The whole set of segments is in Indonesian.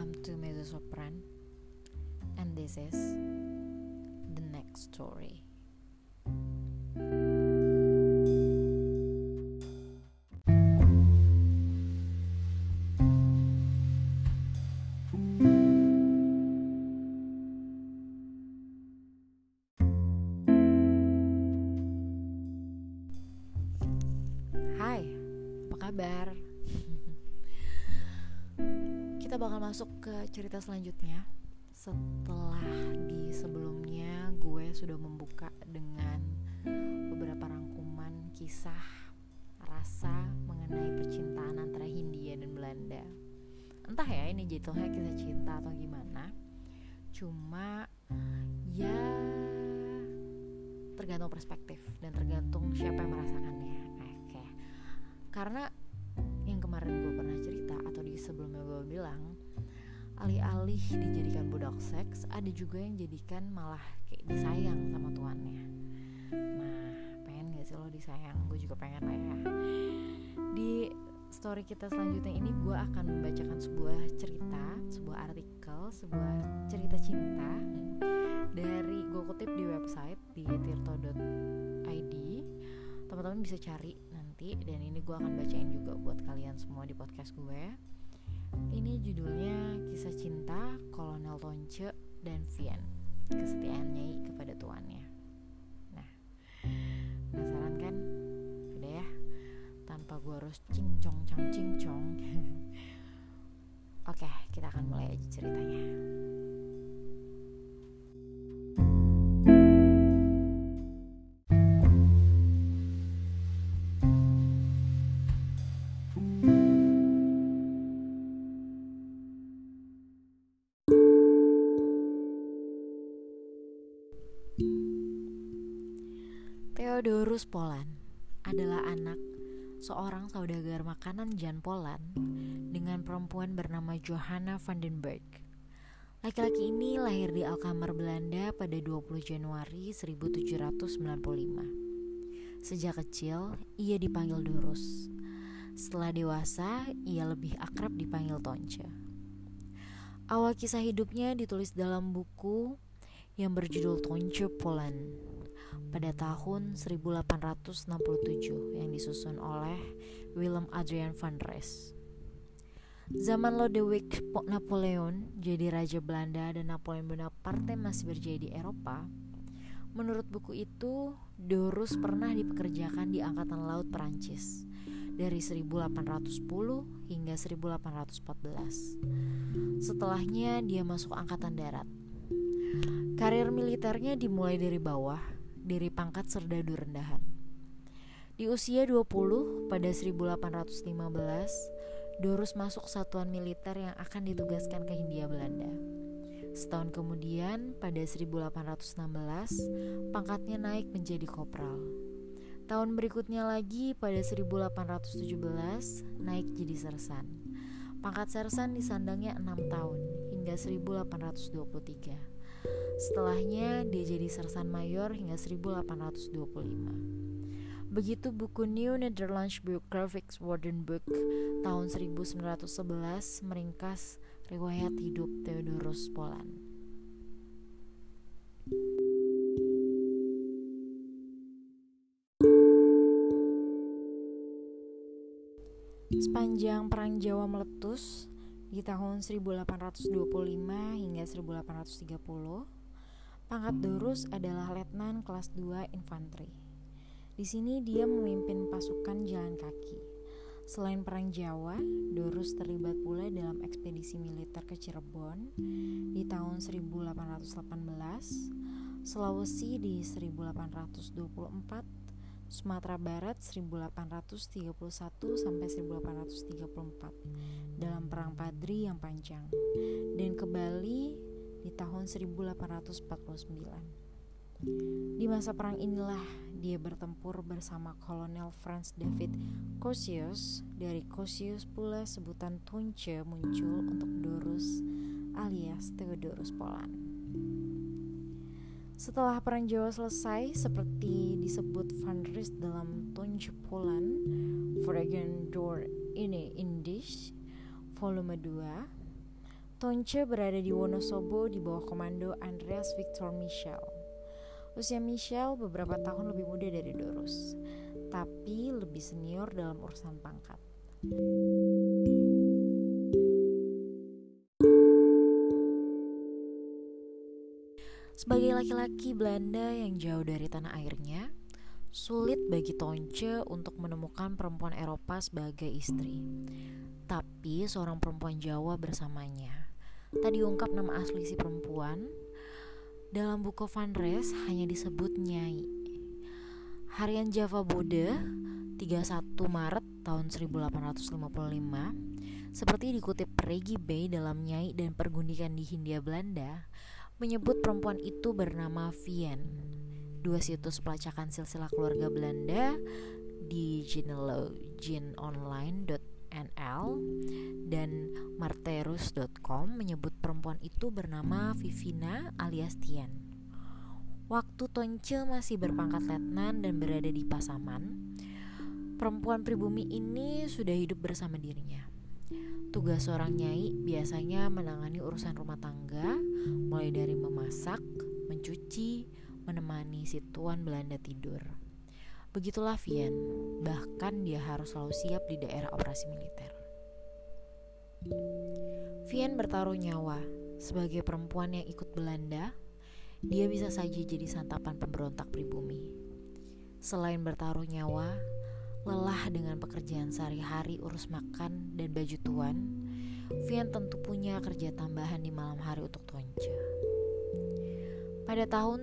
Welcome to Mezzosopran, and this is the next story. Hai, apa kabar? Kita bakal masuk ke cerita selanjutnya setelah di sebelumnya gue sudah membuka dengan beberapa rangkuman kisah rasa mengenai percintaan antara Hindia dan Belanda. Entah ya ini jatuhnya kisah cinta atau gimana, cuma ya tergantung perspektif dan tergantung siapa yang merasakannya. Oke. Karena yang kemarin gue pernah cerita atau di sebelumnya gue bilang, alih-alih dijadikan budak seks, ada juga yang jadikan malah kayak disayang sama tuannya. Nah, pengen gak sih lo disayang? Gue juga pengen lah ya. Di story kita selanjutnya ini gue akan membacakan sebuah cerita, sebuah artikel, sebuah cerita cinta dari, gue kutip di website di tirto.id. Teman-teman bisa cari nanti, dan ini gue akan bacain juga buat kalian semua di podcast gue. Ini judulnya Kisah Cinta Kolonel Tonce dan Vien, Kesetiaan Nyai kepada Tuannya. Nah, penasaran kan? Udah ya, tanpa gue harus cincong. Oke, kita akan mulai aja ceritanya. Theodorus Poland adalah anak seorang saudagar makanan Jan Poland dengan perempuan bernama Johanna van den Berg. Laki-laki ini lahir di Alkmaar, Belanda pada 20 Januari 1795. Sejak kecil, ia dipanggil Dorus. Setelah dewasa, ia lebih akrab dipanggil Tonce. Awal kisah hidupnya ditulis dalam buku yang berjudul Tonce Poland pada tahun 1867 yang disusun oleh Willem Adriaan van Ries. Zaman Lodewijk Napoleon jadi Raja Belanda dan Napoleon Bonaparte masih berjaya di Eropa. Menurut buku itu, Dorus pernah dipekerjakan di Angkatan Laut Perancis dari 1810 hingga 1814. Setelahnya dia masuk Angkatan Darat. Karir militernya dimulai dari bawah, dari pangkat serdadu rendahan. Di usia 20 pada 1815, Dorus masuk satuan militer yang akan ditugaskan ke Hindia Belanda. Setahun kemudian, pada 1816, pangkatnya naik menjadi kopral. Tahun berikutnya lagi, pada 1817, naik jadi sersan. Pangkat sersan disandangnya 6 tahun, hingga 1823. Setelahnya dia jadi sersan mayor hingga 1825. Begitu buku New Nederlands Biographisch Woordenboek tahun 1911 meringkas riwayat hidup Theodorus Poland. Sepanjang Perang Jawa meletus di tahun 1825 hingga 1830, pangkat Dorus adalah letnan kelas 2 infanteri. Di sini dia memimpin pasukan jalan kaki. Selain Perang Jawa, Dorus terlibat pula dalam ekspedisi militer ke Cirebon di tahun 1818, Sulawesi di 1824, Sumatera Barat 1831 sampai 1834 dalam Perang Padri yang panjang, dan ke Bali di tahun 1849. Di masa perang inilah dia bertempur bersama Kolonel Frans David Cosius. Dari Cosius pula sebutan Tonce muncul untuk Dorus alias Theodorus Poland. Setelah Perang Jawa selesai, seperti disebut Van Ries dalam Tonce Poland, Vergen door in Indisch, volume 2, Tonce berada di Wonosobo di bawah komando Andreas Victor Michel. Usia Michel beberapa tahun lebih muda dari Dorus, tapi lebih senior dalam urusan pangkat. Sebagai laki-laki Belanda yang jauh dari tanah airnya, sulit bagi Tonce untuk menemukan perempuan Eropa sebagai istri. Tapi seorang perempuan Jawa bersamanya. Tak diungkap nama asli si perempuan. Dalam buku Van Res hanya disebut Nyai. Harian Java Bode 31 Maret tahun 1855, seperti dikutip Reggie Bay dalam Nyai dan Pergundikan di Hindia Belanda, menyebut perempuan itu bernama Vien. Dua situs pelacakan silsilah keluarga Belanda di genealogyonline.nl dan marterus.com menyebut perempuan itu bernama Vivina alias Tien. Waktu Tonce masih berpangkat letnan dan berada di Pasaman, perempuan pribumi ini sudah hidup bersama dirinya. Tugas seorang nyai biasanya menangani urusan rumah tangga, mulai dari memasak, mencuci, menemani si tuan Belanda tidur. Begitulah Vien, bahkan dia harus selalu siap di daerah operasi militer. Vien bertaruh nyawa. Sebagai perempuan yang ikut Belanda, dia bisa saja jadi santapan pemberontak pribumi. Selain bertaruh nyawa, lelah dengan pekerjaan sehari-hari urus makan dan baju tuan, Vien tentu punya kerja tambahan di malam hari untuk Tonce. Pada tahun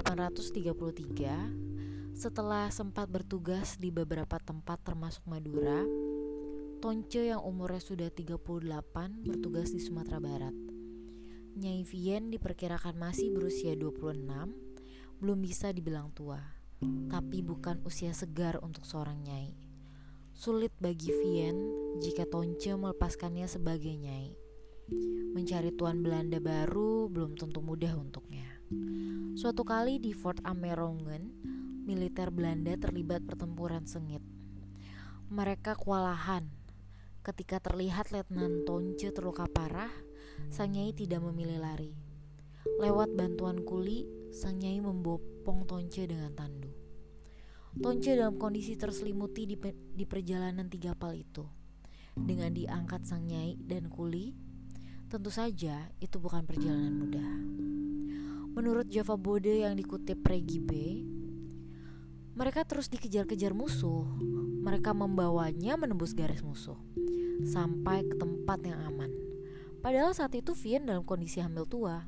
1833, setelah sempat bertugas di beberapa tempat termasuk Madura, Tonce yang umurnya sudah 38 bertugas di Sumatera Barat. Nyai Vien diperkirakan masih berusia 26, belum bisa dibilang tua, tapi bukan usia segar untuk seorang nyai. Sulit bagi Vien jika Tonce melepaskannya sebagai nyai. Mencari tuan Belanda baru belum tentu mudah untuknya. Suatu kali di Fort Amerongen, militer Belanda terlibat pertempuran sengit. Mereka kewalahan. Ketika terlihat Letnan Tonce terluka parah, sang nyai tidak memilih lari. Lewat bantuan kuli, sang nyai membopong Tonce dengan tandu. Tonce dalam kondisi terselimuti di perjalanan 3 kapal itu. Dengan diangkat sang nyai dan kuli, tentu saja itu bukan perjalanan mudah. Menurut Java Bode yang dikutip Reggie Bay, mereka terus dikejar-kejar musuh. Mereka membawanya menembus garis musuh sampai ke tempat yang aman. Padahal saat itu Vien dalam kondisi hamil tua.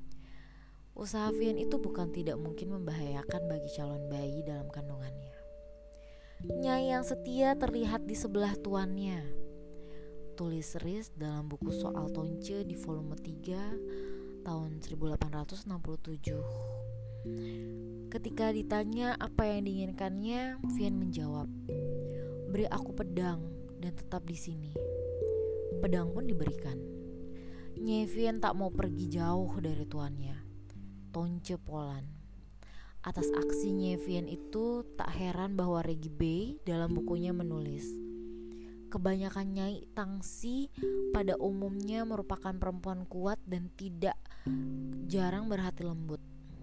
Usaha Vien itu bukan tidak mungkin membahayakan bagi calon bayi dalam kandungannya. Nyai yang setia terlihat di sebelah tuannya. Tulis Riz dalam buku soal Tonce di volume 3 tahun 1867. Ketika ditanya apa yang diinginkannya, Vien menjawab, "Beri aku pedang dan tetap di sini." Pedang pun diberikan. Nyai Vien tak mau pergi jauh dari tuannya, Tonce Polan. Atas aksi Nyai Vien itu, tak heran bahwa Reggie Bay dalam bukunya menulis, kebanyakan nyai tangsi pada umumnya merupakan perempuan kuat dan tidak jarang berhati lembut.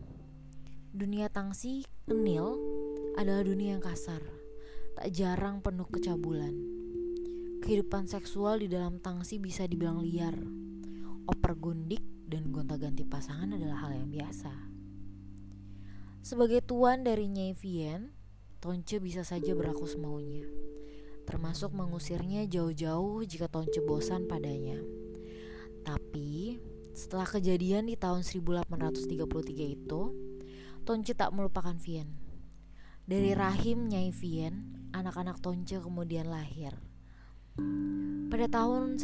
Dunia tangsi, Enil, adalah dunia yang kasar, tak jarang penuh kecabulan. Kehidupan seksual di dalam tangsi bisa dibilang liar. Oper-gundik dan gonta-ganti pasangan adalah hal yang biasa. Sebagai tuan dari Nyai Vien, Tonce bisa saja berlaku semaunya, termasuk mengusirnya jauh-jauh jika Tonce bosan padanya. Tapi setelah kejadian di tahun 1833 itu, Tonce tak melupakan Vien. Dari rahim Nyai Vien, anak-anak Tonce kemudian lahir. Pada tahun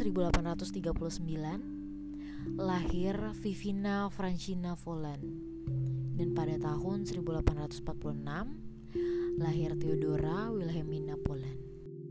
1839, lahir Vivina Francina Voland. Dan pada tahun 1846, lahir Theodora Wilhelmina Poland.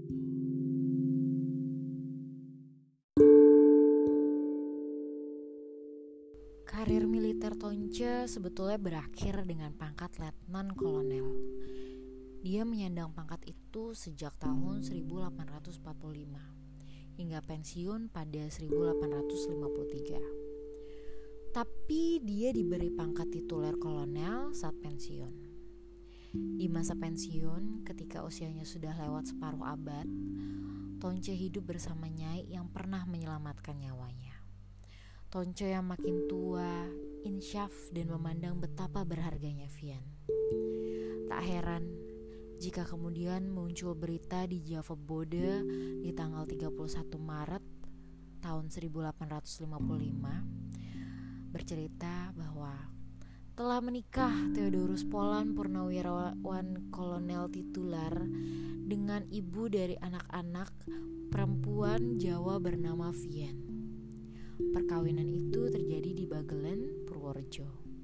Karir militer Tonce sebetulnya berakhir dengan pangkat letnan kolonel. Dia menyandang pangkat itu sejak tahun 1845. hingga pensiun pada 1853. Tapi dia diberi pangkat tituler kolonel saat pensiun. Di masa pensiun, ketika usianya sudah lewat separuh abad, Tonce hidup bersama Nyai yang pernah menyelamatkan nyawanya. Tonce yang makin tua, insyaf dan memandang betapa berharganya Vian. Tak heran jika kemudian muncul berita di Java Bode di tanggal 31 Maret tahun 1855 bercerita bahwa telah menikah Theodorus Polan Purnawirawan Kolonel Titular dengan ibu dari anak-anak perempuan Jawa bernama Vian. Perkawinan itu terjadi di Bagelen, Purworejo.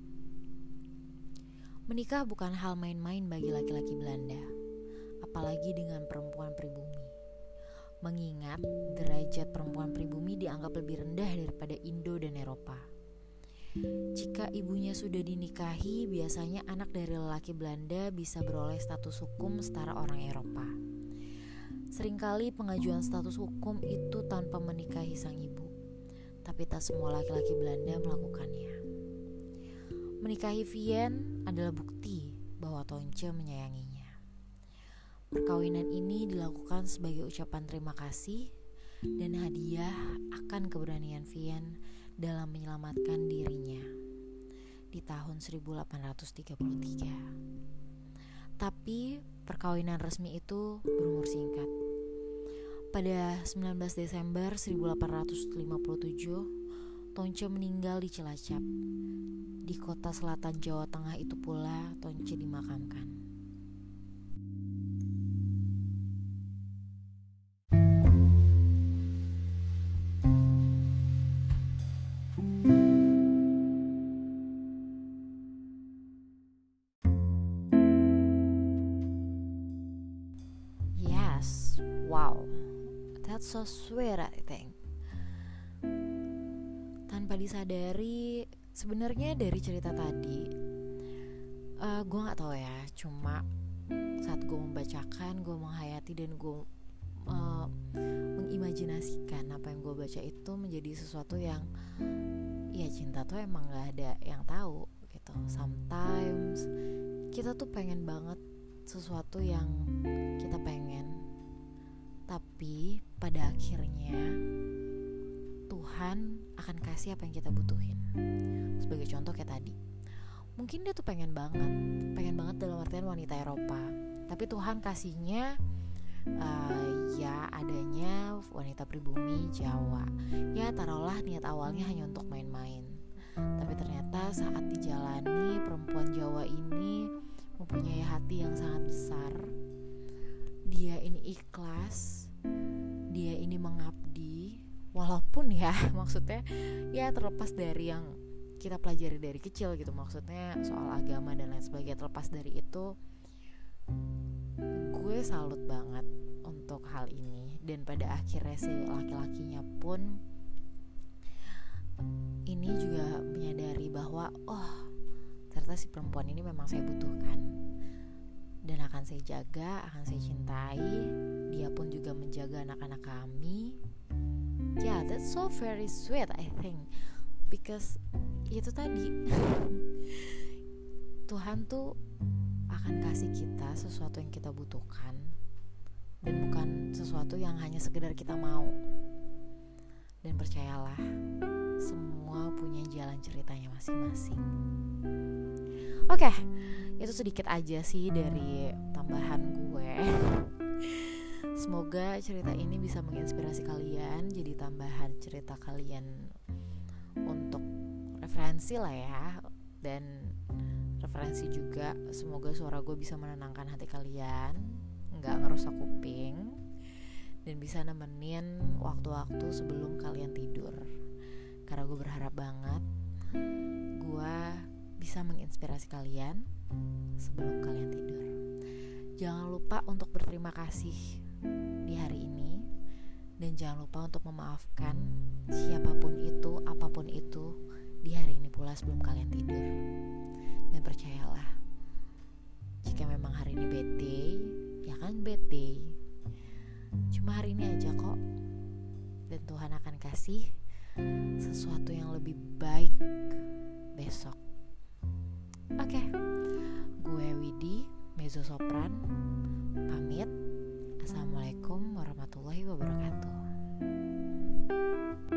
Menikah bukan hal main-main bagi laki-laki Belanda, apalagi dengan perempuan pribumi. Mengingat derajat perempuan pribumi dianggap lebih rendah daripada Indo dan Eropa. Jika ibunya sudah dinikahi, biasanya anak dari lelaki Belanda bisa beroleh status hukum setara orang Eropa. Seringkali pengajuan status hukum itu tanpa menikahi sang ibu, tapi tak semua laki-laki Belanda melakukannya. Menikahi Vian adalah bukti bahwa Tonce menyayanginya. Perkawinan ini dilakukan sebagai ucapan terima kasih dan hadiah akan keberanian Vian dalam menyelamatkan dirinya di tahun 1833. Tapi perkawinan resmi itu berumur singkat. Pada 19 Desember 1857, Tonce meninggal di Cilacap. Di kota selatan Jawa Tengah itu pula Tonce dimakamkan. Yes, wow, that's so sweet I think. Tanpa disadari, sebenarnya dari cerita tadi, gue nggak tahu ya. Cuma saat gue membacakan, gue menghayati dan gue mengimajinasikan apa yang gue baca itu menjadi sesuatu yang, ya cinta tuh emang nggak ada yang tahu gitu. Sometimes kita tuh pengen banget sesuatu yang kita pengen, tapi pada akhirnya Tuhan akan kasih apa yang kita butuhin. Sebagai contoh kayak tadi, mungkin dia tuh pengen banget dalam artian wanita Eropa, tapi Tuhan kasihnya ya adanya wanita pribumi Jawa. Ya taruhlah niat awalnya hanya untuk main-main, tapi ternyata saat dijalani, perempuan Jawa ini mempunyai hati yang sangat besar. Dia ini ikhlas, dia ini mengabdi, walaupun ya maksudnya ya terlepas dari yang kita pelajari dari kecil gitu, maksudnya soal agama dan lain sebagainya. Terlepas dari itu, gue salut banget untuk hal ini. Dan pada akhirnya si laki-lakinya pun ini juga menyadari bahwa ternyata si perempuan ini memang saya butuhkan dan akan saya jaga, akan saya cintai. Dia pun juga menjaga anak-anak kami. Yeah, that's so very sweet I think, because itu tadi Tuhan tuh akan kasih kita sesuatu yang kita butuhkan dan bukan sesuatu yang hanya sekedar kita mau. Dan percayalah, semua punya jalan ceritanya masing-masing. Oke, itu sedikit aja sih dari tambahan gue. Semoga cerita ini bisa menginspirasi kalian, jadi tambahan cerita kalian untuk referensi lah ya. Dan referensi juga, semoga suara gue bisa menenangkan hati kalian, gak ngerusak kuping, dan bisa nemenin waktu-waktu sebelum kalian tidur. Karena gue berharap banget gue bisa menginspirasi kalian sebelum kalian tidur. Jangan lupa untuk berterima kasih di hari ini, dan jangan lupa untuk memaafkan siapapun itu, apapun itu di hari ini pula sebelum kalian tidur. Dan percayalah, jika memang hari ini bad day, ya kan bad day, cuma hari ini aja kok. dan Tuhan akan kasih sesuatu yang lebih baik besok. Oke, gue Widi, mezzo sopran, pamit. Assalamualaikum warahmatullahi wabarakatuh.